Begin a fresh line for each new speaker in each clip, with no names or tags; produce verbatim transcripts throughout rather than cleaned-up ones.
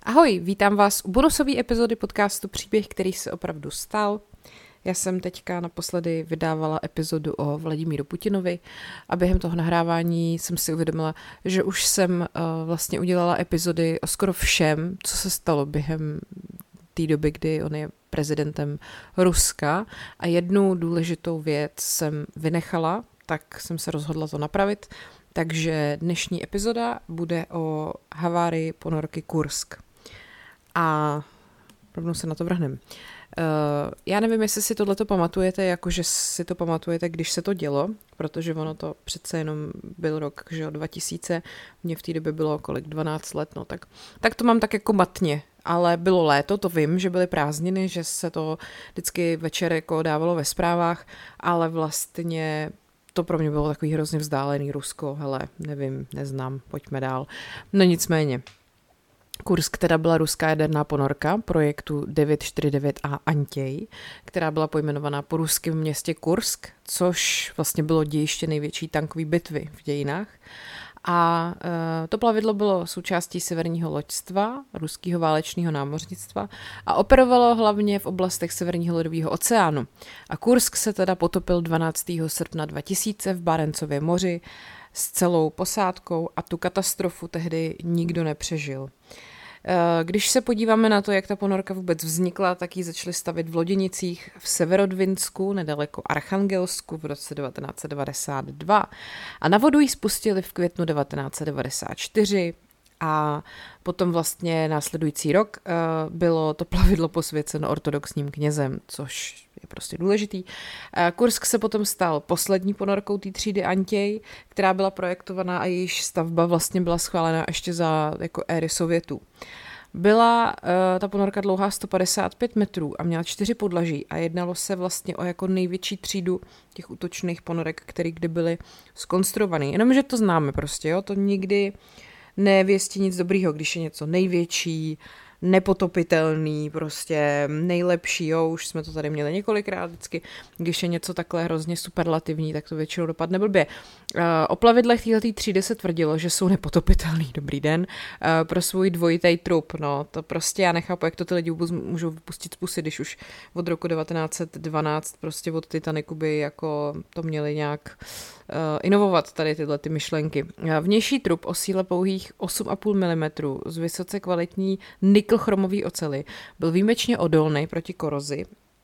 Ahoj, vítám vás u bonusové epizody podcastu Příběh, který se opravdu stal. Já jsem teďka naposledy vydávala epizodu o Vladimíru Putinovi a během toho nahrávání jsem si uvědomila, že už jsem uh, vlastně udělala epizody o skoro všem, co se stalo během té doby, kdy on je prezidentem Ruska, a jednu důležitou věc jsem vynechala, tak jsem se rozhodla to napravit. Takže dnešní epizoda bude o havárii ponorky Kursk. A rovnou se na to vrhnem. Uh, já nevím, jestli si tohleto pamatujete, jakože si to pamatujete, když se to dělo, protože ono to přece jenom byl rok, že dva tisíce, mně v té době bylo kolik, dvanáct let, no tak, tak to mám tak jako matně, ale bylo léto, to vím, že byly prázdniny, že se to vždycky večer jako dávalo ve zprávách, ale vlastně to pro mě bylo takový hrozně vzdálený Rusko, hele, nevím, neznám, pojďme dál. No nicméně. Kursk teda byla ruská jaderná ponorka projektu devět čtyřicet devět a Antěj, která byla pojmenovaná po ruském městě Kursk, což vlastně bylo dějiště největší tankové bitvy v dějinách. A e, to plavidlo bylo součástí severního loďstva, ruského válečného námořnictva a operovalo hlavně v oblastech severního ledového oceánu. A Kursk se teda potopil dvanáctého srpna dva tisíce v Barencově moři s celou posádkou a tu katastrofu tehdy nikdo nepřežil. Když se podíváme na to, jak ta ponorka vůbec vznikla, tak ji začali stavět v loděnicích v Severodvinsku, nedaleko Archangelsku v roce devatenáct set devadesát dva a na vodu ji spustili v květnu devatenáct set devadesát čtyři a potom vlastně následující rok bylo to plavidlo posvěceno ortodoxním knězem, což je prostě důležitý. Kursk se potom stal poslední ponorkou té třídy Antěj, která byla projektovaná a jejíž stavba vlastně byla schválena ještě za jako éry Sovětů. Byla uh, ta ponorka dlouhá sto padesát pět metrů a měla čtyři podlaží a jednalo se vlastně o jako největší třídu těch útočných ponorek, které kdy byly zkonstruovaný. Jenomže to známe prostě, jo, to nikdy nevěstí nic dobrýho, když je něco největší, nepotopitelný, prostě nejlepší, jo, už jsme to tady měli několikrát vždycky, když je něco takhle hrozně superlativní, tak to většinou dopadne blbě. Uh, o plavidlech téhletý třídy se tvrdilo, že jsou nepotopitelný, dobrý den, uh, pro svůj dvojitý trup, no, to prostě já nechápu, jak to ty lidi vůbec můžou vypustit z pusy, když už od roku devatenáct set dvanáct prostě od Titaniku by jako to měli nějak uh, inovovat tady tyhle ty myšlenky. Uh, vnější trup o síle pouhých osm a půl milimetru z vysoce kvalitní nikl-chromový oceli byl výjimečně odolný proti korozi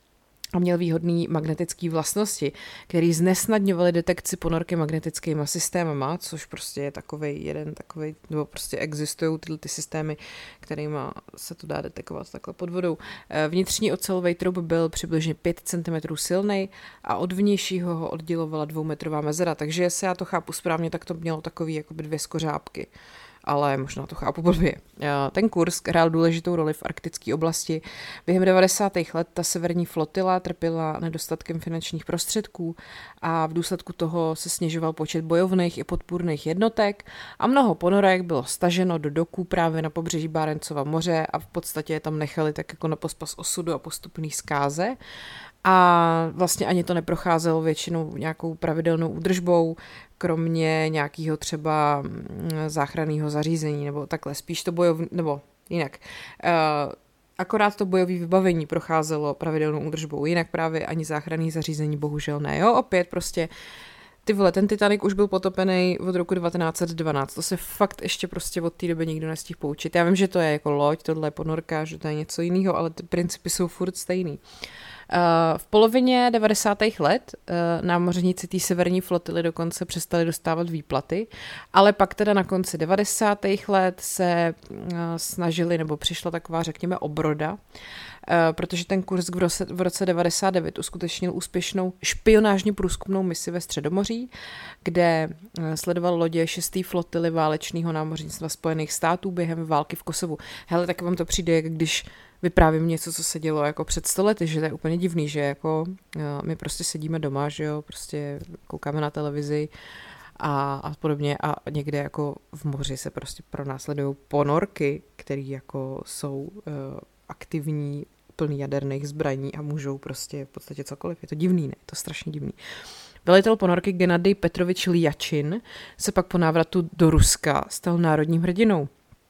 a měl výhodné magnetické vlastnosti, které znesnadňovaly detekci ponorky magnetickýma systémama, což prostě je takovej jeden takovej, nebo prostě existují tyhle ty systémy, kterými se to dá detekovat takhle pod vodou. Vnitřní ocelový trup byl přibližně pět centimetrů silnej a od vnějšího ho oddělovala dvoumetrová mezera, takže se já to chápu správně, tak to mělo takový jakoby dvě skořápky. Ale možná to chápu blbě. Ten Kursk hrál důležitou roli v arktické oblasti. Během devadesátých let ta severní flotila trpěla nedostatkem finančních prostředků a v důsledku toho se snižoval počet bojovných i podpůrných jednotek a mnoho ponorek bylo staženo do doků právě na pobřeží Barencova moře a v podstatě je tam nechali tak jako na pospas osudu a postupný zkáze. A vlastně ani to neprocházelo většinou nějakou pravidelnou údržbou, kromě nějakého třeba záchranného zařízení, nebo takhle, spíš to bojovní, nebo jinak. Uh, akorát to bojové vybavení procházelo pravidelnou údržbou, jinak právě ani záchranné zařízení bohužel ne. Jo, opět prostě ty vole, ten Titanic už byl potopený od roku devatenáct set dvanáct, to se fakt ještě prostě od té doby nikdo nestihl poučit. Já vím, že to je jako loď, tohle je ponorka, že to je něco jiného, ale ty principy jsou furt stejný. V polovině devadesátých let námořníci té severní flotily dokonce přestali dostávat výplaty, ale pak teda na konci devadesátých let se snažili, nebo přišla taková, řekněme, obroda, protože ten Kursk v roce, v roce devadesát devět uskutečnil úspěšnou špionážní průzkumnou misi ve Středomoří, kde sledoval lodě šesté flotily válečného námořnictva Spojených států během války v Kosovu. Hele, tak vám to přijde, jak když vyprávím něco, co se dělo jako před sto lety, že to je úplně divný, že jako my prostě sedíme doma, že jo, prostě koukáme na televizi a, a podobně a někde jako v moři se prostě pronásledují ponorky, které jako jsou uh, aktivní, plný jaderných zbraní a můžou prostě v podstatě cokoliv. Je to divný, ne? Je to strašně divný. Velitel ponorky Gennadij Petrovič Ljačin se pak po návratu do Ruska stal národním hrdinou.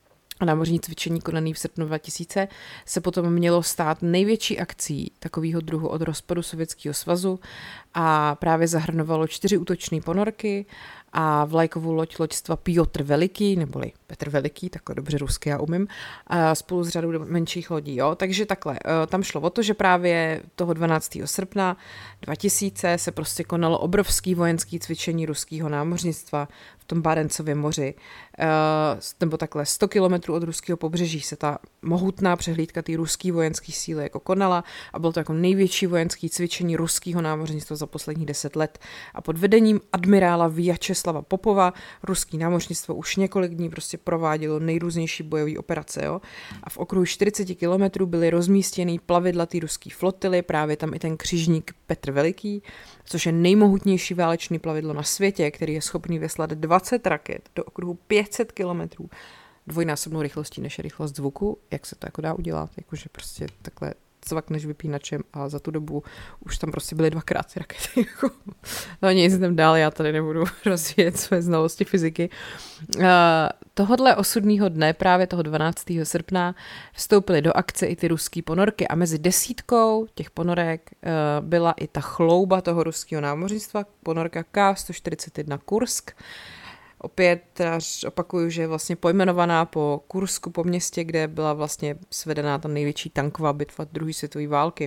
námořní cvičení konaný v srpnu dva tisíce se potom mělo stát největší akcí takového druhu od rozpadu Sovětského svazu a právě zahrnovalo čtyři útočné ponorky a vlajkovou loď loďstva Piotr Veliký, neboli Petr Veliký, takhle dobře rusky já umím, a spolu s řadou menších lodí. Jo? Takže takhle, tam šlo o to, že právě toho dvanáctého srpna dva tisíce se prostě konalo obrovský vojenský cvičení ruského námořnictva v tom Barencově moři. Nebo takhle sto kilometrů od ruského pobřeží se ta mohutná přehlídka té ruské vojenské síly jako konala a bylo to jako největší vojenské cvičení ruského námořnictva za posledních deset let. A pod vedením admirála Vyacheslava Popova ruský námořnictvo už několik dní prostě provádělo nejrůznější bojové operace. Jo? A v okruhu čtyřicet kilometrů byly rozmístěny plavidla té ruské flotily, právě tam i ten křižník Petr Veliký, což je nejmohutnější válečný plavidlo na světě, který je schopný vyslat dvacet raket do okruhu pět set kilometrů dvojnásobnou rychlostí než je rychlost zvuku. Jak se to jako dá udělat? Jakože prostě takhle cvakneš vypínačem a za tu dobu už tam prostě byly dvakrát ty rakety. No nic jdem dál, já tady nebudu rozvíjet své znalosti fyziky. Uh, tohodle osudného dne, právě toho dvanáctého srpna, vstoupily do akce i ty ruský ponorky a mezi desítkou těch ponorek uh, byla i ta chlouba toho ruského námořnictva, ponorka K sto čtyřicet jedna Kursk. Opět opakuju, že je vlastně pojmenovaná po Kursku, po městě, kde byla vlastně svedená ta největší tanková bitva druhé světové války.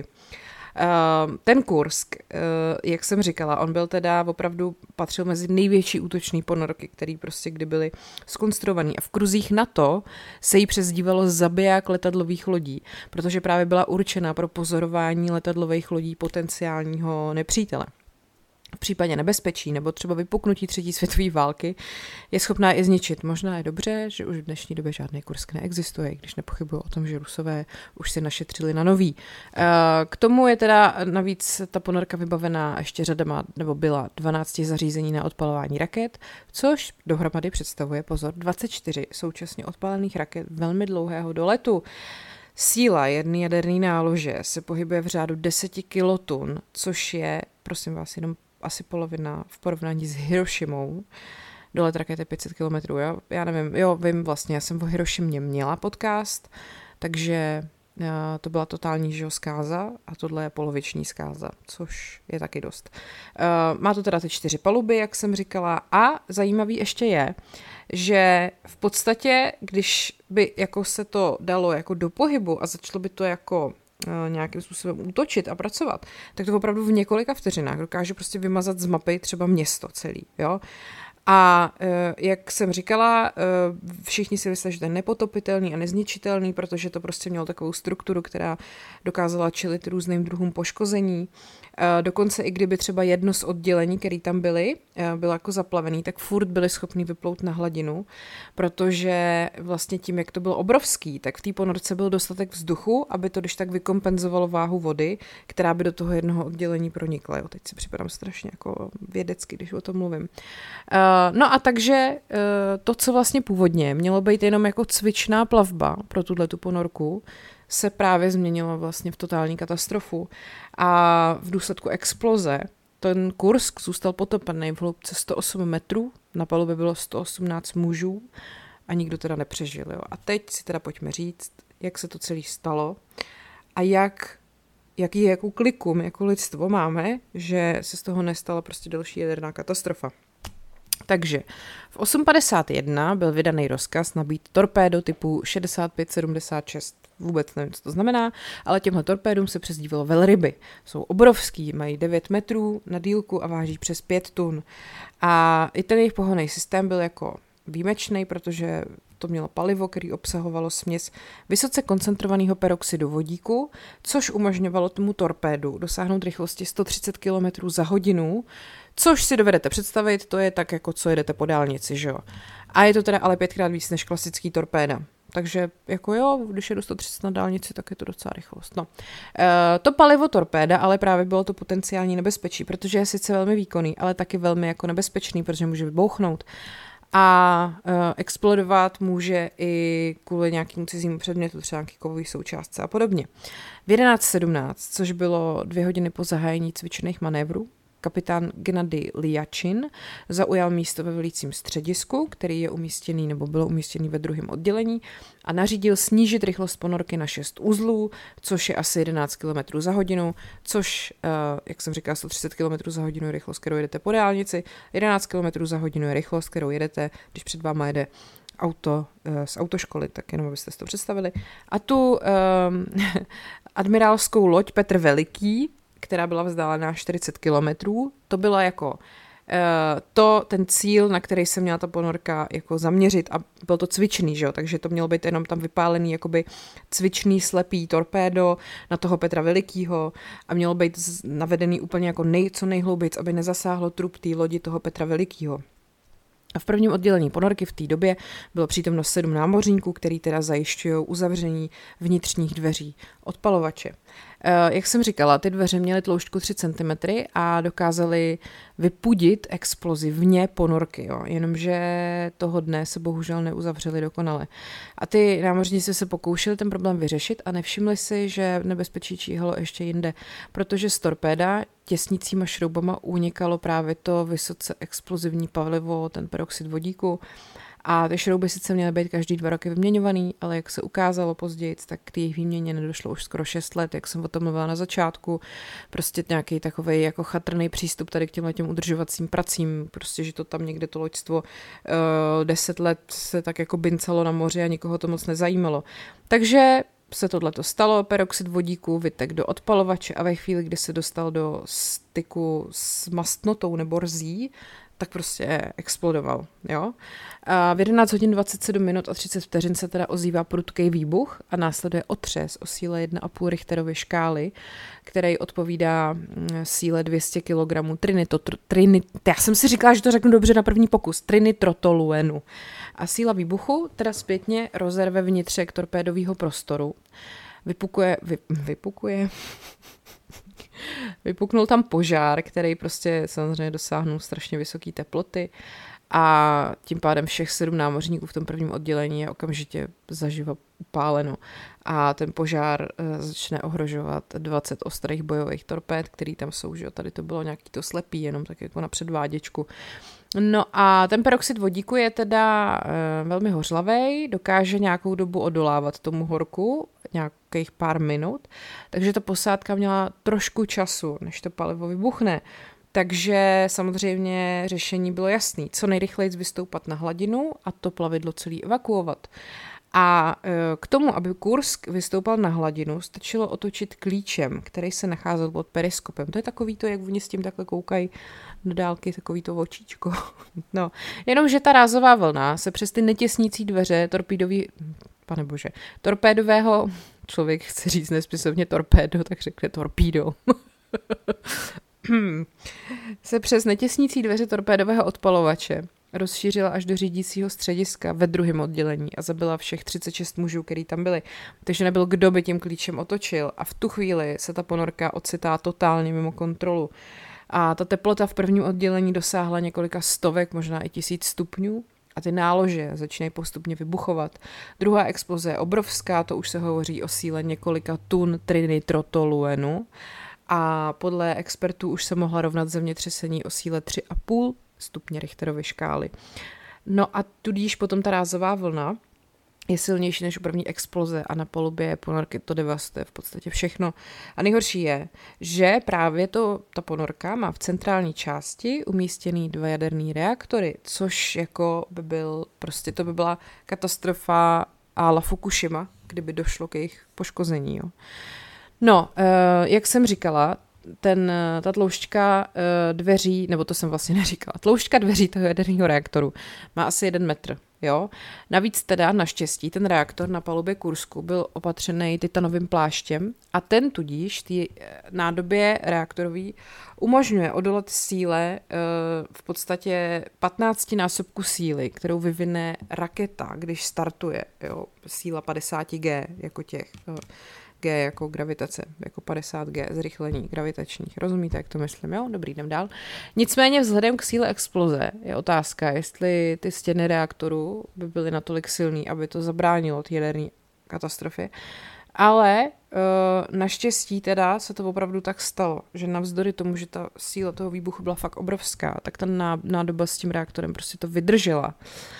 Ten Kursk, jak jsem říkala, on byl teda opravdu, patřil mezi největší útoční ponorky, který prostě kdy byly zkonstruovaný. A v kruzích NATO se jí přezdívalo zabiják letadlových lodí, protože právě byla určena pro pozorování letadlových lodí potenciálního nepřítele. V případě nebezpečí nebo třeba vypuknutí třetí světové války je schopná i zničit. Možná je dobře, že už v dnešní době žádný Kursk neexistuje, když nepochybuju o tom, že Rusové už si našetřili na nový. K tomu je teda navíc ta ponorka vybavená ještě řadama, nebo byla dvanáct zařízení na odpalování raket, což dohromady představuje, pozor, dvacet čtyři současně odpalených raket velmi dlouhého doletu. Síla jedné jaderné nálože se pohybuje v řádu deset kilotun, což je, prosím vás, jenom asi polovina v porovnání s Hirošimou. Dolet rakety pět set kilometrů, jo? Já nevím, jo, vím vlastně, já jsem o Hirošimě měla podcast, takže uh, to byla totální žio zkáza a tohle je poloviční zkáza, což je taky dost. Uh, má to teda ty čtyři paluby, jak jsem říkala, a zajímavý ještě je, že v podstatě, když by jako se to dalo jako do pohybu a začalo by to jako nějakým způsobem útočit a pracovat, tak to opravdu v několika vteřinách dokáže prostě vymazat z mapy třeba město celý, jo. A jak jsem říkala, všichni si mysleli, že to je nepotopitelný a nezničitelný, protože to prostě mělo takovou strukturu, která dokázala čelit různým druhům poškození. Dokonce i kdyby třeba jedno z oddělení, které tam byly, bylo jako zaplavený, tak furt byli schopni vyplout na hladinu, protože vlastně tím, jak to bylo obrovský, tak v té ponorce byl dostatek vzduchu, aby to když tak vykompenzovalo váhu vody, která by do toho jednoho oddělení pronikla. Jo, teď si připadám strašně jako vědecky, když o tom mluvím. No a takže to, co vlastně původně mělo být jenom jako cvičná plavba pro tuhletu ponorku, se právě změnilo vlastně v totální katastrofu. A v důsledku exploze ten Kursk zůstal potopený v hloubce sto osm metrů, na palubě bylo sto osmnáct mužů a nikdo teda nepřežil. Jo. A teď si teda pojďme říct, jak se to celé stalo a jak, jaký jakou kliku my jako lidstvo máme, že se z toho nestala prostě další jaderná katastrofa. Takže v osm padesát jedna byl vydaný rozkaz nabít torpédo typu šedesát pět sedmdesát šest. Vůbec nevím, co to znamená, ale těmhle torpédům se přezdívalo velryby. Jsou obrovský, mají devět metrů na délku a váží přes pět tun. A i ten jejich pohonný systém byl jako výjimečný, protože to mělo palivo, který obsahovalo směs vysoce koncentrovaného peroxidu vodíku, což umožňovalo tomu torpédu dosáhnout rychlosti sto třicet kilometrů za hodinu, což si dovedete představit, to je tak, jako co jedete po dálnici, že jo. A je to teda ale pětkrát víc než klasický torpéda. Takže jako jo, když jedu sto třicet na dálnici, tak je to docela rychlost. No. E, to palivo torpéda, ale právě bylo to potenciální nebezpečí, protože je sice velmi výkonný, ale taky velmi jako nebezpečný, protože může vybouchnout. A e, explodovat může i kvůli nějakému cizímu předmětu, třeba nějaký kovový součástce a podobně. V jedenáct sedmnáct, což bylo dvě hodiny po zahájení cvičených manévrů, kapitán Gennady Ljačin zaujal místo ve velícím středisku, který je umístěný nebo bylo umístěný ve druhém oddělení a nařídil snížit rychlost ponorky na šest uzlů, což je asi jedenáct kilometrů za hodinu, což, jak jsem říkala, sto třicet kilometrů za hodinu je rychlost, kterou jedete po dálnici, jedenáct kilometrů za hodinu je rychlost, kterou jedete, když před váma jede auto z autoškoly, tak jenom abyste si to představili. A tu um, admirálskou loď Petr Veliký, která byla vzdálená čtyřicet kilometrů, to byla jako uh, to, ten cíl, na který se měla ta ponorka jako zaměřit a byl to cvičný, že jo? Takže to mělo být jenom tam vypálený jakoby cvičný slepý torpédo na toho Petra Velikýho a mělo být navedený úplně jako nej, co nejhloubějc, aby nezasáhlo trup té lodi toho Petra Velikýho. A v prvním oddělení ponorky v té době bylo přítomno sedm námořníků, který teda zajišťují uzavření vnitřních dveří odpalovače. Jak jsem říkala, ty dveře měly tloušťku tři centimetry a dokázaly vypudit explozi vně ponorky, jo. Jenomže toho dne se bohužel neuzavřely dokonale. A ty námořníci se pokoušeli ten problém vyřešit a nevšimli si, že nebezpečí číhalo ještě jinde, protože z torpéda těsnicíma šroubama unikalo právě to vysoce explozivní palivo, ten peroxid vodíku. A ty šrouby sice měly být každý dva roky vyměňovaný, ale jak se ukázalo později, tak k jejich výměně nedošlo už skoro šest let, jak jsem o tom mluvila na začátku. Prostě nějaký takovej jako chatrný přístup tady k těmhle těm udržovacím pracím, prostě, že to tam někde to loďstvo uh, deset let se tak jako bincalo na moři a nikoho to moc nezajímalo. Takže se tohleto stalo, peroxid vodíku vytek do odpalovače a ve chvíli, kdy se dostal do styku s mastnotou nebo rzí, tak prostě explodoval, jo. A v jedenáct hodin dvacet sedm minut a třicet vteřin se teda ozývá prudký výbuch a následuje otřes o síle jedna a půl Richterovy škály, který odpovídá síle dvě stě kilogramů trinito, trinit, já jsem si říkala, že to řeknu dobře na první pokus, trinitrotoluenu. A síla výbuchu teda zpětně rozerve vnitřek torpédového prostoru. Vypukuje, vy, vypukuje... Vypuknul tam požár, který prostě samozřejmě dosáhnul strašně vysoké teploty a tím pádem všech sedm námořníků v tom prvním oddělení je okamžitě zaživa upáleno a ten požár začne ohrožovat dvacet ostrých bojových torpéd, který tam jsou, že tady to bylo nějaký to slepý, jenom tak jako na předváděčku. No a ten peroxid vodíku je teda e, velmi hořlavej, dokáže nějakou dobu odolávat tomu horku, nějakých pár minut, takže ta posádka měla trošku času, než to palivo vybuchne. Takže samozřejmě řešení bylo jasný, co nejrychleji vystoupat na hladinu a to plavidlo celý evakuovat. A k tomu, aby Kursk vystoupal na hladinu, stačilo otočit klíčem, který se nacházel pod periskopem. To je takový to, jak oni s tím takhle koukají do dálky, takový to očíčko. No, jenomže ta rázová vlna se přes ty netěsnící dveře torpédový, pane bože, torpédového, člověk chce říct nespisovně torpédo, tak řekne torpído. se přes netěsnící dveře torpédového odpalovače rozšířila až do řídícího střediska ve druhém oddělení a zabila všech třicet šest mužů, který tam byli. Takže nebyl, kdo by tím klíčem otočil a v tu chvíli se ta ponorka ocitá totálně mimo kontrolu. A ta teplota v prvním oddělení dosáhla několika stovek, možná i tisíc stupňů a ty nálože začínají postupně vybuchovat. Druhá exploze je obrovská, to už se hovoří o síle několika tun trinitrotoluenu a podle expertů už se mohla rovnat zemětřesení o síle tři a půl stupně Richterovy škály. No a tudíž potom ta rázová vlna je silnější než u první exploze a na palubě ponorky to devastuje v podstatě všechno. A nejhorší je, že právě to, ta ponorka má v centrální části umístěný dva jaderný reaktory, což jako by byl, prostě to by byla katastrofa a la Fukushima, kdyby došlo k jejich poškození. Jo. No, jak jsem říkala, ten, ta tloušťka dveří, nebo to jsem vlastně neříkala, tloušťka dveří toho jaderného reaktoru má asi jeden metr, jo. Navíc teda naštěstí ten reaktor na palubě Kursku byl opatřený titanovým pláštěm a ten tudíž té nádobě reaktorový umožňuje odolat síle v podstatě patnáctinásobku síly, kterou vyvine raketa, když startuje, jo, síla padesát gé jako těch, G jako gravitace, jako padesát gé zrychlení gravitačních. Rozumíte, jak to myslím, jo? Dobrý, jdem dál. Nicméně vzhledem k síle exploze je otázka, jestli ty stěny reaktoru by byly natolik silný, aby to zabránilo té jaderné katastrofě. Ale uh, naštěstí teda se to opravdu tak stalo, že navzdory tomu, že ta síla toho výbuchu byla fakt obrovská, tak ta nádoba s tím reaktorem prostě to vydržela.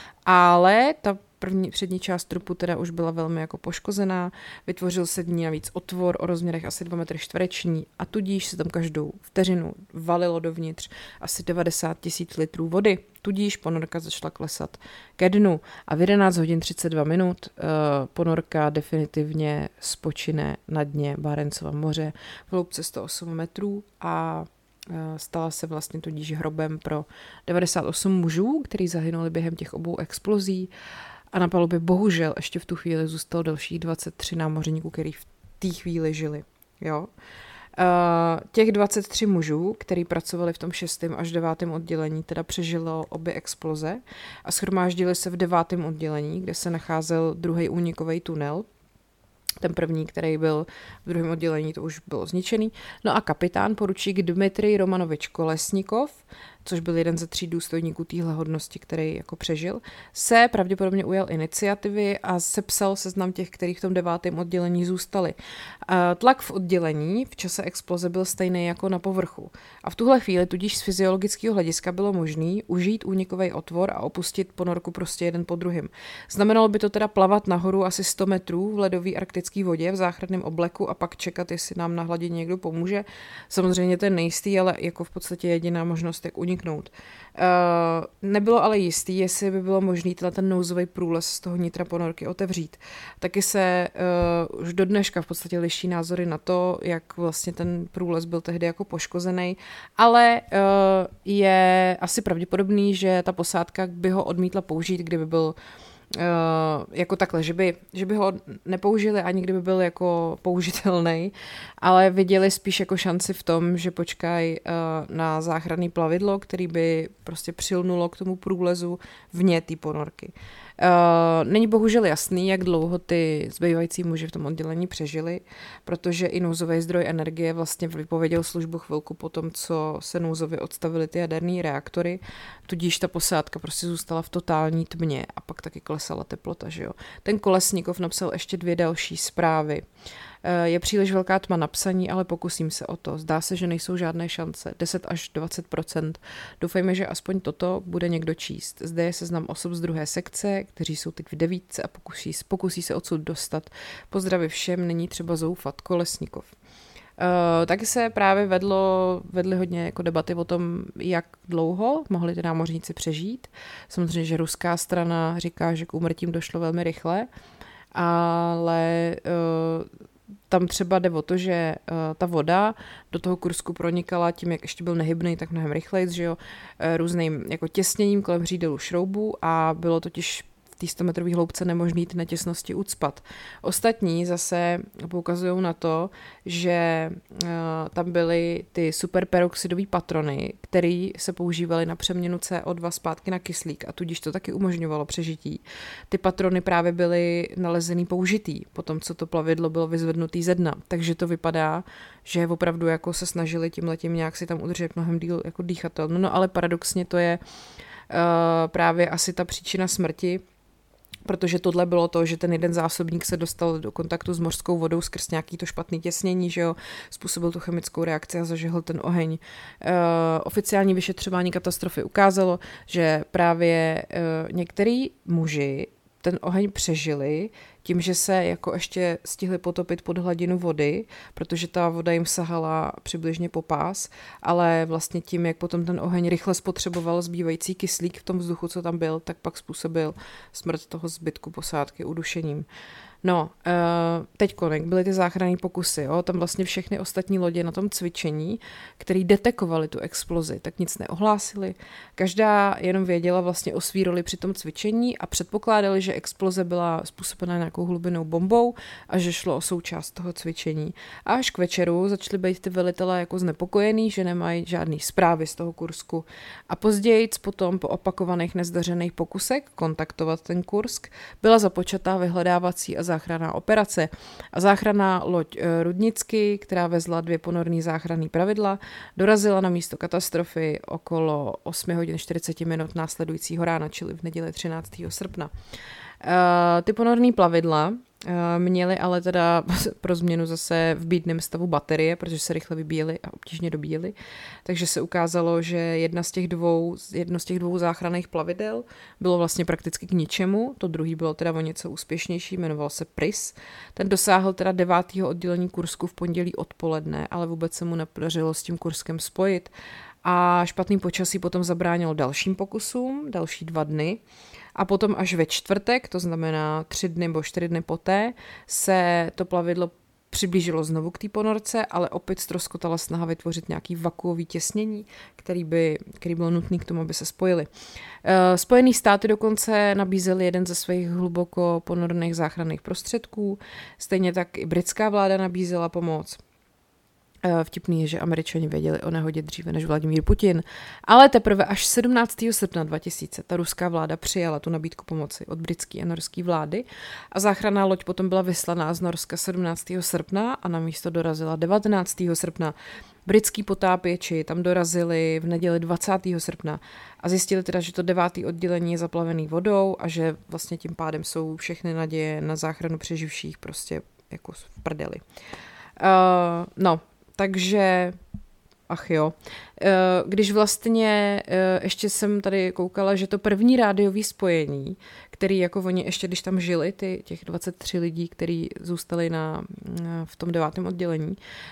Ale ta první přední část trupu teda už byla velmi jako poškozená, vytvořil se v ní navíc otvor o rozměrech asi dva metry čtvereční a tudíž se tam každou vteřinu valilo dovnitř asi devadesát tisíc litrů vody. Tudíž ponorka začala klesat ke dnu a v jedenáct hodin třicet dva minut uh, ponorka definitivně spočine na dně Barencova moře v hloubce sto osm metrů a stala se vlastně tudíž hrobem pro devadesát osm mužů, kteří zahynuli během těch obou explozí a na palubě bohužel ještě v tu chvíli zůstalo dalších dvacet tři námořníků, kteří v té chvíli žili. Jo? Uh, těch dvacet tři mužů, kteří pracovali v tom šestém až devátém oddělení, teda přežilo obě exploze a shromáždili se v devátém oddělení, kde se nacházel druhý únikový tunel. Ten první, který byl v druhém oddělení, to už bylo zničený. No a kapitán poručík Dmitrij Romanovič Kolesnikov, což byl jeden ze tří důstojníků téhle hodnosti, který jako přežil, se pravděpodobně ujal iniciativy a sepsal seznam těch, kteří v tom devátém oddělení zůstali. Tlak v oddělení v čase exploze byl stejný jako na povrchu. A v tuhle chvíli tudíž z fyziologického hlediska bylo možné užít únikový otvor a opustit ponorku prostě jeden po druhém. Znamenalo by to teda plavat nahoru asi sto metrů v ledové arktické vodě v záchranném obleku a pak čekat, jestli nám na hladině někdo pomůže. Samozřejmě to je nejistý, ale jako v podstatě jediná možnost, jak uniknout. Uh, nebylo ale jistý, jestli by bylo možné ten nouzový průlez z toho nitra ponorky otevřít. Taky se uh, už do dneška v podstatě liší názory na to, jak vlastně ten průlez byl tehdy jako poškozený, ale uh, je asi pravděpodobný, že ta posádka by ho odmítla použít, kdyby byl Uh, jako takhle, že by, že by ho nepoužili ani kdyby byl jako použitelný, ale viděli spíš jako šanci v tom, že počkají uh, na záchranné plavidlo, který by prostě přilnulo k tomu průlezu vně té ponorky. Uh, není bohužel jasný, jak dlouho ty zbývající muži v tom oddělení přežili, protože i nouzový zdroj energie vlastně vypověděl službu chvilku po tom, co se nouzově odstavily ty jaderné reaktory, tudíž ta posádka prostě zůstala v totální tmě a pak taky klesala teplota, že jo. Ten Kolesnikov napsal ještě dvě další zprávy. Je příliš velká tma na psaní, ale pokusím se o to. Zdá se, že nejsou žádné šance. deset až dvacet procent. Doufejme, že aspoň toto bude někdo číst. Zde je seznam osob z druhé sekce, kteří jsou teď v devítce a pokusí, pokusí se odsud dostat. Pozdravy všem, není třeba zoufat. Kolesnikov. Uh, taky se právě vedlo, vedly hodně jako debaty o tom, jak dlouho mohli ty námořníci přežít. Samozřejmě, že ruská strana říká, že k úmrtím došlo velmi rychle, ale uh, tam třeba jde o to, že uh, ta voda do toho Kursku pronikala tím, jak ještě byl nehybný, tak mnohem rychleji, že jo, uh, různým jako těsněním kolem hřídelu šroubů a bylo totiž v té sto metrové hloubce nemožný ty netěsnosti ucpat. Ostatní zase poukazují na to, že uh, tam byly ty superperoxidové patrony, které se používaly na přeměnu C O dva zpátky na kyslík a tudíž to taky umožňovalo přežití. Ty patrony právě byly nalezený použitý, potom co to plavidlo bylo vyzvednutý ze dna. Takže to vypadá, že opravdu jako se snažili tímhletím nějak si tam udržet mnohem díl jako dýchatelno. No ale paradoxně to je uh, právě asi ta příčina smrti, protože tohle bylo to, že ten jeden zásobník se dostal do kontaktu s mořskou vodou skrz nějaký to špatný těsnění, že jo, způsobil tu chemickou reakci a zažehl ten oheň. E, oficiální vyšetřování katastrofy ukázalo, že právě e, některý muži ten oheň přežili tím, že se jako ještě stihli potopit pod hladinu vody, protože ta voda jim sahala přibližně po pás, ale vlastně tím, jak potom ten oheň rychle spotřeboval zbývající kyslík v tom vzduchu, co tam byl, tak pak způsobil smrt toho zbytku posádky udušením. No, teď konek, byly ty záchranné pokusy, jo? Tam vlastně všechny ostatní lodě na tom cvičení, který detekovali tu explozi, tak nic neohlásili. Každá jenom věděla vlastně o svý roli při tom cvičení a předpokládali, že exploze byla způsobena nějakou hlubinou bombou a že šlo o součást toho cvičení. A až k večeru začaly být ty velitelé jako znepokojený, že nemají žádný zprávy z toho Kursku. A později, potom po opakovaných nezdařených pokusech kontaktovat ten Kursk, byla započatá vyhledávací a záchranná operace a záchranná loď Rudnicky, která vezla dvě ponorní záchranný pravidla, dorazila na místo katastrofy okolo osm hodin čtyřicet minut následujícího rána, čili v neděli třináctého srpna. Uh, ty ponorní plavidla Měli ale teda pro změnu zase v bídném stavu baterie, protože se rychle vybíjely a obtížně dobíjely. Takže se ukázalo, že jedna z těch dvou, jedno z těch dvou záchranných plavidel bylo vlastně prakticky k ničemu. To druhý bylo teda o něco úspěšnější, jmenoval se Pris. Ten dosáhl teda devátého oddělení Kursku v pondělí odpoledne, ale vůbec se mu nepodařilo s tím Kurskem spojit. A špatný počasí potom zabránilo dalším pokusům, další dva dny. A potom až ve čtvrtek, to znamená tři dny nebo čtyři dny poté, se to plavidlo přiblížilo znovu k té ponorce, ale opět ztroskotala snaha vytvořit nějaký vakuový těsnění, který, by, který bylo nutný k tomu, aby se spojili. Spojené státy dokonce nabízely jeden ze svých hluboko ponorných záchranných prostředků, stejně tak i britská vláda nabízela pomoc. Vtipný je, že Američani věděli o nehodě dříve než Vladimír Putin, ale teprve až sedmnáctého srpna dva tisíce ta ruská vláda přijala tu nabídku pomoci od britské a norské vlády a záchranná loď potom byla vyslaná z Norska sedmnáctého srpna a na místo dorazila devatenáctého srpna. Britský potápěči tam dorazili v neděli dvacátého srpna a zjistili teda, že to devátý oddělení je zaplavený vodou a že vlastně tím pádem jsou všechny naděje na záchranu přeživších prostě jako v prdeli. Uh, no, takže, ach jo, když vlastně ještě jsem tady koukala, že to první rádiový spojení, který jako oni ještě, když tam žili, ty, těch dvacet tři lidí, kteří zůstali na, v tom devátém oddělení,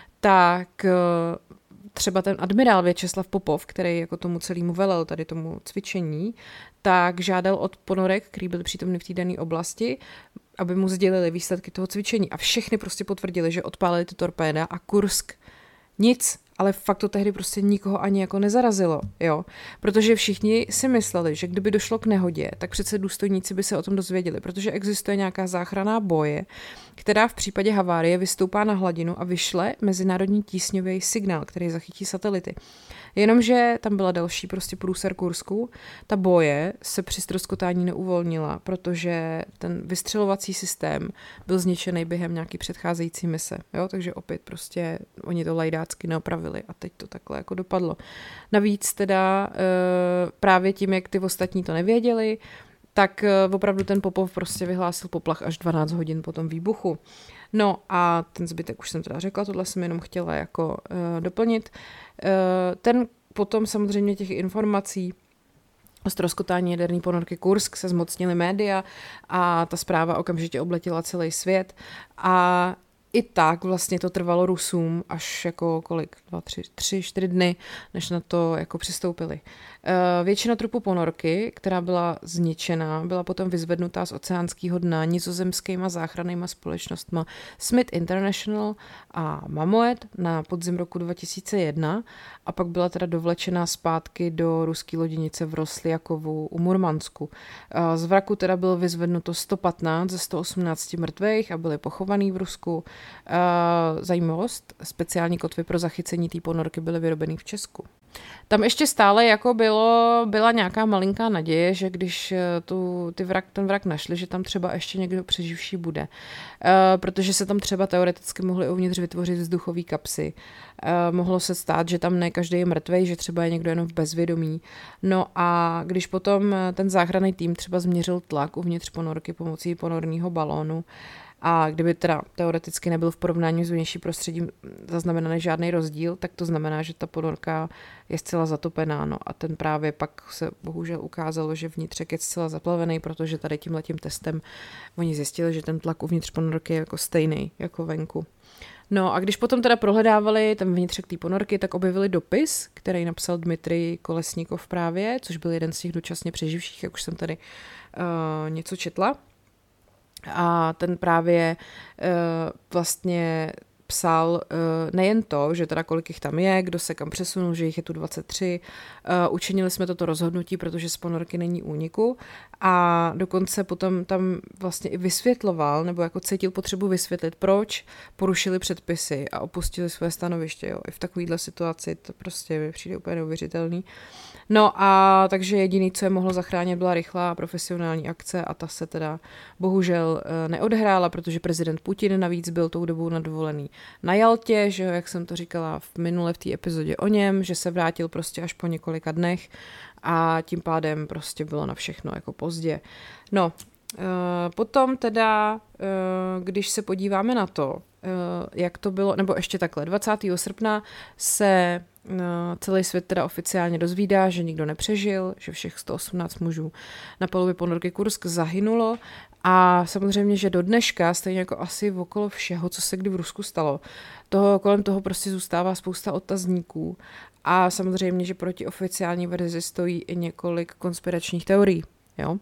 tak třeba ten admirál Věčeslav Popov, který jako tomu celému velel, tady tomu cvičení, tak žádal od ponorek, který byli přítomny v té dané oblasti, aby mu sdělili výsledky toho cvičení a všechny prostě potvrdili, že odpálili ty torpéda a Kursk nic, ale fakt to tehdy prostě nikoho ani jako nezarazilo, jo, protože všichni si mysleli, že kdyby došlo k nehodě, tak přece důstojníci by se o tom dozvěděli, protože existuje nějaká záchranná boje, která v případě havárie vystoupá na hladinu a vyšle mezinárodní tísňový signál, který zachytí satelity. Jenomže tam byla další prostě průser Kursku, ta boje se při ztroskotání neuvolnila, protože ten vystřelovací systém byl zničený během nějaký předcházející mise, jo, takže opět prostě oni to lajdácky neopravili a teď to takhle jako dopadlo. Navíc teda e, právě tím, jak ty ostatní to nevěděli, tak e, opravdu ten Popov prostě vyhlásil poplach až dvanáct hodin po tom výbuchu. No a ten zbytek už jsem teda řekla, tohle jsem jenom chtěla jako e, doplnit. E, ten potom samozřejmě těch informací o ztroskotání jaderné ponorky Kursk se zmocnily média a ta zpráva okamžitě obletěla celý svět a i tak vlastně to trvalo Rusům až jako kolik, dva, tři, tři, čtyři dny, než na to jako přistoupili. Většina trupu ponorky, která byla zničená, byla potom vyzvednutá z oceánského dna nizozemskýma záchrannýma společnostma Smith International a Mamoet na podzim roku dva tisíce jedna a pak byla teda dovlečená zpátky do ruské loděnice v Rosljakovu u Murmansku. Z vraku teda bylo vyzvednuto sto patnáct ze sto osmnáct mrtvých a byli pochovaný v Rusku. Zajímavost, speciální kotvy pro zachycení té ponorky byly vyrobeny v Česku. Tam ještě stále jako bylo, byla nějaká malinká naděje, že když tu, ty vrak, ten vrak našli, že tam třeba ještě někdo přeživší bude. Uh, protože se tam třeba teoreticky mohly uvnitř vytvořit vzduchové kapsy. Uh, mohlo se stát, že tam ne každý je mrtvej, že třeba je někdo jenom v bezvědomí. No a když potom ten záchranný tým třeba změřil tlak uvnitř ponorky pomocí ponorného balónu, a kdyby teda teoreticky nebyl v porovnání s vnějším prostředím zaznamenaný žádný rozdíl, tak to znamená, že ta ponorka je zcela zatopená. No a ten právě pak se bohužel ukázalo, že vnitřek je zcela zaplavený, protože tady tímhletím testem oni zjistili, že ten tlak uvnitř ponorky je jako stejný jako venku. No a když potom teda prohledávali ten vnitřek té ponorky, tak objevili dopis, který napsal Dmitrij Kolesnikov právě, což byl jeden z těch dočasně přeživších, jak už jsem tady uh, něco četla. A ten právě uh, vlastně psal uh, nejen to, že teda kolik jich tam je, kdo se kam přesunul, že jich je tu dvacet tři. Uh, učinili jsme toto rozhodnutí, protože z ponorky není úniku a dokonce potom tam vlastně i vysvětloval, nebo jako cítil potřebu vysvětlit, proč porušili předpisy a opustili své stanoviště. Jo. I v takovéhle situaci to prostě mi přijde úplně neuvěřitelný. No a takže jediný, co je mohlo zachránit, byla rychlá profesionální akce a ta se teda bohužel neodhrála, protože prezident Putin navíc byl tou dobou na dovolený na Jaltě, že jak jsem to říkala v minule v té epizodě o něm, že se vrátil prostě až po několika dnech a tím pádem prostě bylo na všechno jako pozdě. No, Potom teda, když se podíváme na to, jak to bylo, nebo ještě takhle, dvacátého srpna se celý svět teda oficiálně dozvídá, že nikdo nepřežil, že všech sto osmnáct mužů na palubě ponorky Kursk zahynulo a samozřejmě, že do dneška, stejně jako asi okolo všeho, co se kdy v Rusku stalo, toho, kolem toho prostě zůstává spousta otazníků a samozřejmě, že proti oficiální verzi stojí i několik konspiračních teorií. Jo?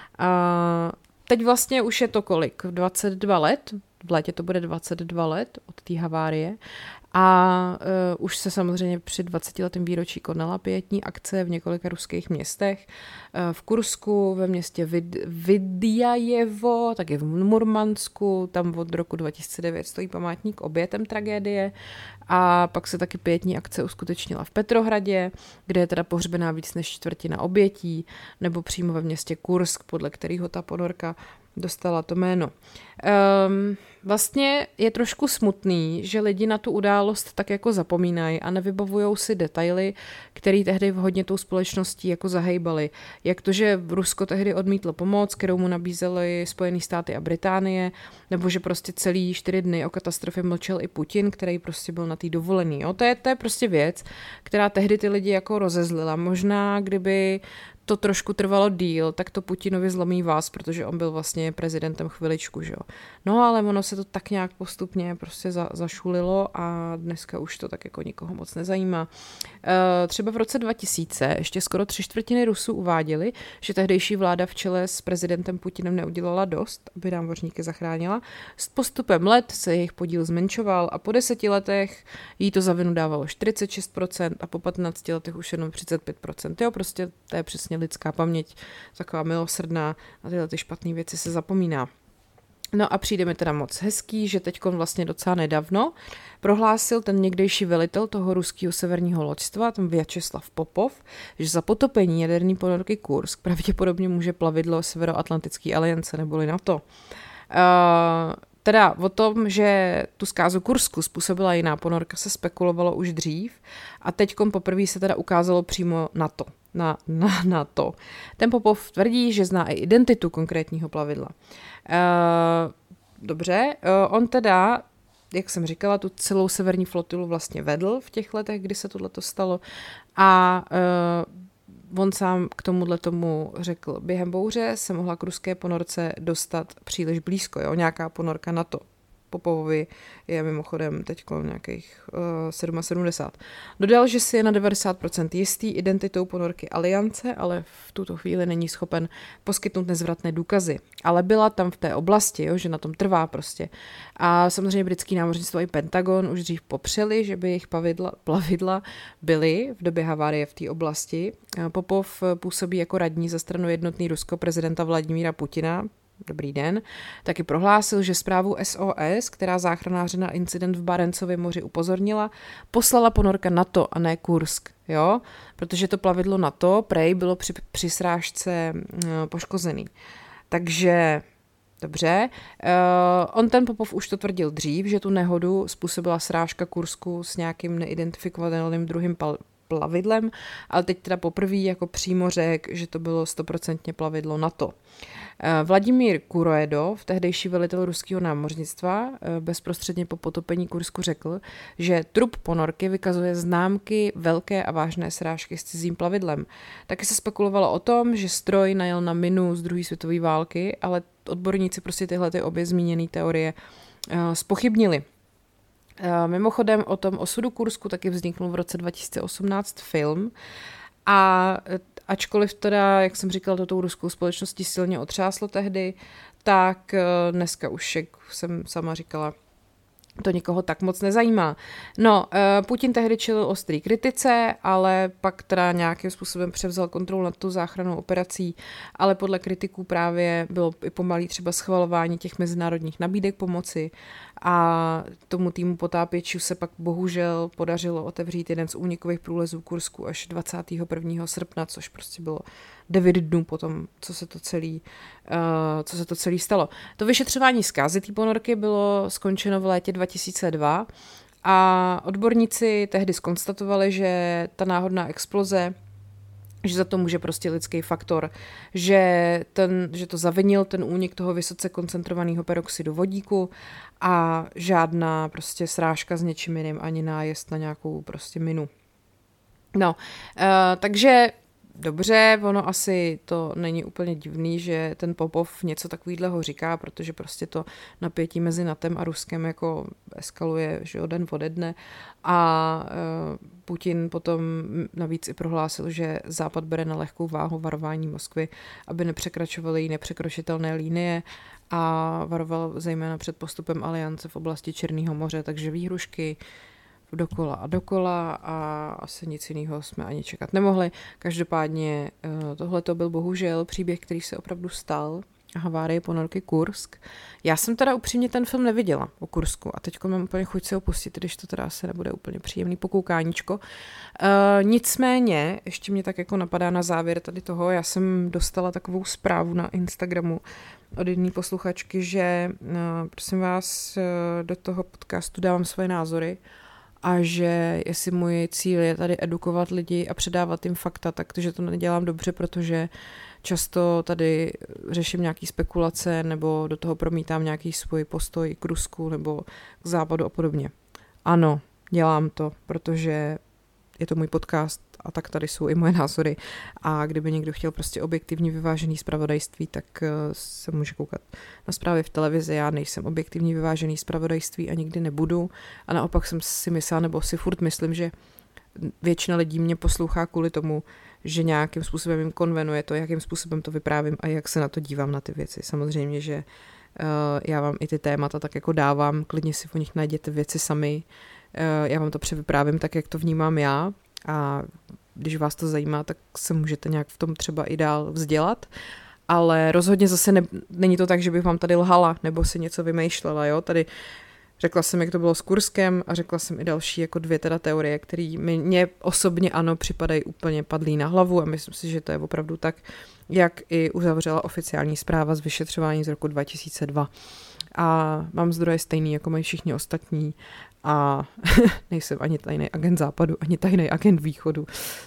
A teď vlastně už je to kolik? dvacet dva let? V létě to bude dvacet dva let od té havárie a uh, už se samozřejmě při dvacetiletém výročí konala pietní akce v několika ruských městech. Uh, v Kursku, ve městě Vid- Vidjajevo, taky v Murmansku, tam od roku dva tisíce devět stojí památník obětem tragédie a pak se taky pietní akce uskutečnila v Petrohradě, kde je teda pohřbená víc než čtvrtina obětí, nebo přímo ve městě Kursk, podle kterého ta ponorka dostala to jméno. Um, vlastně je trošku smutný, že lidi na tu událost tak jako zapomínají a nevybavujou si detaily, které tehdy hodně tou společností jako zahejbaly. Jak to, že Rusko tehdy odmítlo pomoc, kterou mu nabízely Spojené státy a Británie, nebo že prostě celý čtyři dny o katastrofě mlčel i Putin, který prostě byl na té dovolený. Jo? To je, to je prostě věc, která tehdy ty lidi jako rozezlila. Možná, kdyby to trošku trvalo díl, tak to Putinovi zlomí vás, protože on byl vlastně prezidentem chviličku, že jo. No ale ono se to tak nějak postupně prostě za, zašulilo a dneska už to tak jako nikoho moc nezajímá. E, třeba v roce dva tisíce ještě skoro tři čtvrtiny Rusů uváděli, že tehdejší vláda v čele s prezidentem Putinem neudělala dost, aby námořníky zachránila. S postupem let se jejich podíl zmenšoval a po deseti letech jí to za vinu dávalo čtyřicet šest procent a po patnácti letech už jenom třicet pět procent. Jo, prostě to je přesně lidská paměť, taková milosrdná, na tyhle ty špatné věci se zapomíná. No a přijde mi teda moc hezký, že teďkon vlastně docela nedávno prohlásil ten někdejší velitel toho ruského severního loďstva, ten Vjačeslav Popov, že za potopení jaderné ponorky Kursk pravděpodobně může plavidlo Severoatlantické aliance neboli NATO. Uh, Teda o tom, že tu zkázu Kursku způsobila jiná ponorka, se spekulovalo už dřív a teďkom poprvé se teda ukázalo přímo na to. Na, na, na to. Ten Popov tvrdí, že zná i identitu konkrétního plavidla. E, dobře, e, on teda, jak jsem říkala, tu celou severní flotilu vlastně vedl v těch letech, kdy se tohleto stalo a e, on sám k tomuhle tomu řekl, během bouře se mohla k ruské ponorce dostat příliš blízko, jo, nějaká ponorka NATO. Popovovi je mimochodem teď nějakých uh, sedmdesát sedm. Dodal, že si je na devadesát procent jistý identitou ponorky Aliance, ale v tuto chvíli není schopen poskytnout nezvratné důkazy. Ale byla tam v té oblasti, jo, že na tom trvá prostě. A samozřejmě britský námořnictvo i Pentagon už dřív popřeli, že by jejich plavidla, plavidla byly v době havárie v té oblasti. Popov působí jako radní za stranu jednotný Rusko prezidenta Vladimíra Putina. Dobrý den, taky prohlásil, že zprávu S O S, která záchranáře na incident v Barencově moři upozornila, poslala ponorka NATO a ne Kursk, jo? Protože to plavidlo NATO prej bylo při, při srážce uh, poškozený. Takže, dobře, uh, on ten Popov už to tvrdil dřív, že tu nehodu způsobila srážka Kursku s nějakým neidentifikovaným druhým pal- plavidlem, ale teď teda poprvé jako přímo řekl, že to bylo stoprocentně plavidlo NATO. Vladimír Kuroedov, tehdejší velitel ruského námořnictva, bezprostředně po potopení Kursku řekl, že trup ponorky vykazuje známky velké a vážné srážky s cizím plavidlem. Taky se spekulovalo o tom, že stroj najel na minu z druhé světové války, ale odborníci prostě tyhle ty obě zmíněné teorie zpochybnili. Mimochodem o tom osudu Kursku taky vzniknul v roce dva tisíce osmnáct film a ačkoliv teda, jak jsem říkala, to tou ruskou společností silně otřáslo tehdy, tak dneska už, jak jsem sama říkala, to nikoho tak moc nezajímá. No, Putin tehdy čelil ostrý kritice, ale pak teda nějakým způsobem převzal kontrolu nad tu záchrannou operací, ale podle kritiků právě bylo i pomalý třeba schvalování těch mezinárodních nabídek pomoci a tomu týmu potápěčů se pak bohužel podařilo otevřít jeden z únikových průlezů Kursku až dvacátého prvního srpna, což prostě bylo devět dnů potom, co se to celý, uh, co se to celý stalo. To vyšetřování zkázy té ponorky bylo skončeno v létě dva tisíce dva a odborníci tehdy zkonstatovali, že ta náhodná exploze že za to může prostě lidský faktor, že, ten, že to zavinil ten únik toho vysoce koncentrovaného peroxidu vodíku a žádná prostě srážka s něčím jiným, ani nájezd na nějakou prostě minu. No, uh, takže dobře, ono asi to není úplně divný, že ten Popov něco takovýhleho říká, protože prostě to napětí mezi NATOem a Ruskem jako eskaluje, že o den ode dne a uh, Putin potom navíc i prohlásil, že Západ bere na lehkou váhu varování Moskvy, aby nepřekračovaly jí nepřekročitelné linie a varoval zejména před postupem aliance v oblasti Černého moře, takže výhrušky dokola a dokola a asi nic jiného jsme ani čekat nemohli. Každopádně tohle to byl bohužel příběh, který se opravdu stal, havárie ponorky Kursk. Já jsem teda upřímně ten film neviděla o Kursku a teď mám úplně chuť se opustit, když to teda asi nebude úplně příjemný pokoukáníčko. Uh, nicméně, ještě mě tak jako napadá na závěr tady toho, já jsem dostala takovou zprávu na Instagramu od jedné posluchačky, že uh, prosím vás, uh, do toho podcastu dávám svoje názory a že jestli můj cíl je tady edukovat lidi a předávat jim fakta, tak to, že to nedělám dobře, protože často tady řeším nějaký spekulace nebo do toho promítám nějaký svůj postoj k Rusku nebo k Západu a podobně. Ano, dělám to, protože je to můj podcast a tak tady jsou i moje názory a kdyby někdo chtěl prostě objektivně vyvážený zpravodajství, tak se může koukat na zprávy v televizi. Já nejsem objektivně vyvážený zpravodajství a nikdy nebudu a naopak jsem si myslela, nebo si furt myslím, že většina lidí mě poslouchá kvůli tomu, že nějakým způsobem jim konvenuje to, jakým způsobem to vyprávím a jak se na to dívám na ty věci. Samozřejmě, že uh, já vám i ty témata tak jako dávám, klidně si o nich najděte věci sami, uh, já vám to převyprávím tak, jak to vnímám já a když vás to zajímá, tak se můžete nějak v tom třeba i dál vzdělat, ale rozhodně zase ne, není to tak, že bych vám tady lhala nebo si něco vymýšlela, jo, tady řekla jsem, jak to bylo s Kurskem a řekla jsem i další jako dvě teda teorie, které mě osobně ano připadají úplně padlý na hlavu a myslím si, že to je opravdu tak, jak i uzavřela oficiální zpráva z vyšetřování z roku dva tisíce dva. A mám zdroje stejný, jako mají všichni ostatní a nejsem ani tajný agent západu, ani tajný agent východu. Uh,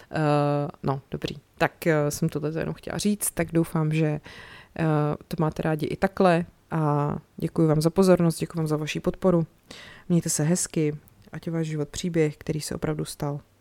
no, dobrý. Tak uh, jsem to tady jenom chtěla říct, tak doufám, že uh, to máte rádi i takhle. A děkuji vám za pozornost, děkuji vám za vaši podporu. Mějte se hezky, ať je váš život příběh, který se opravdu stal.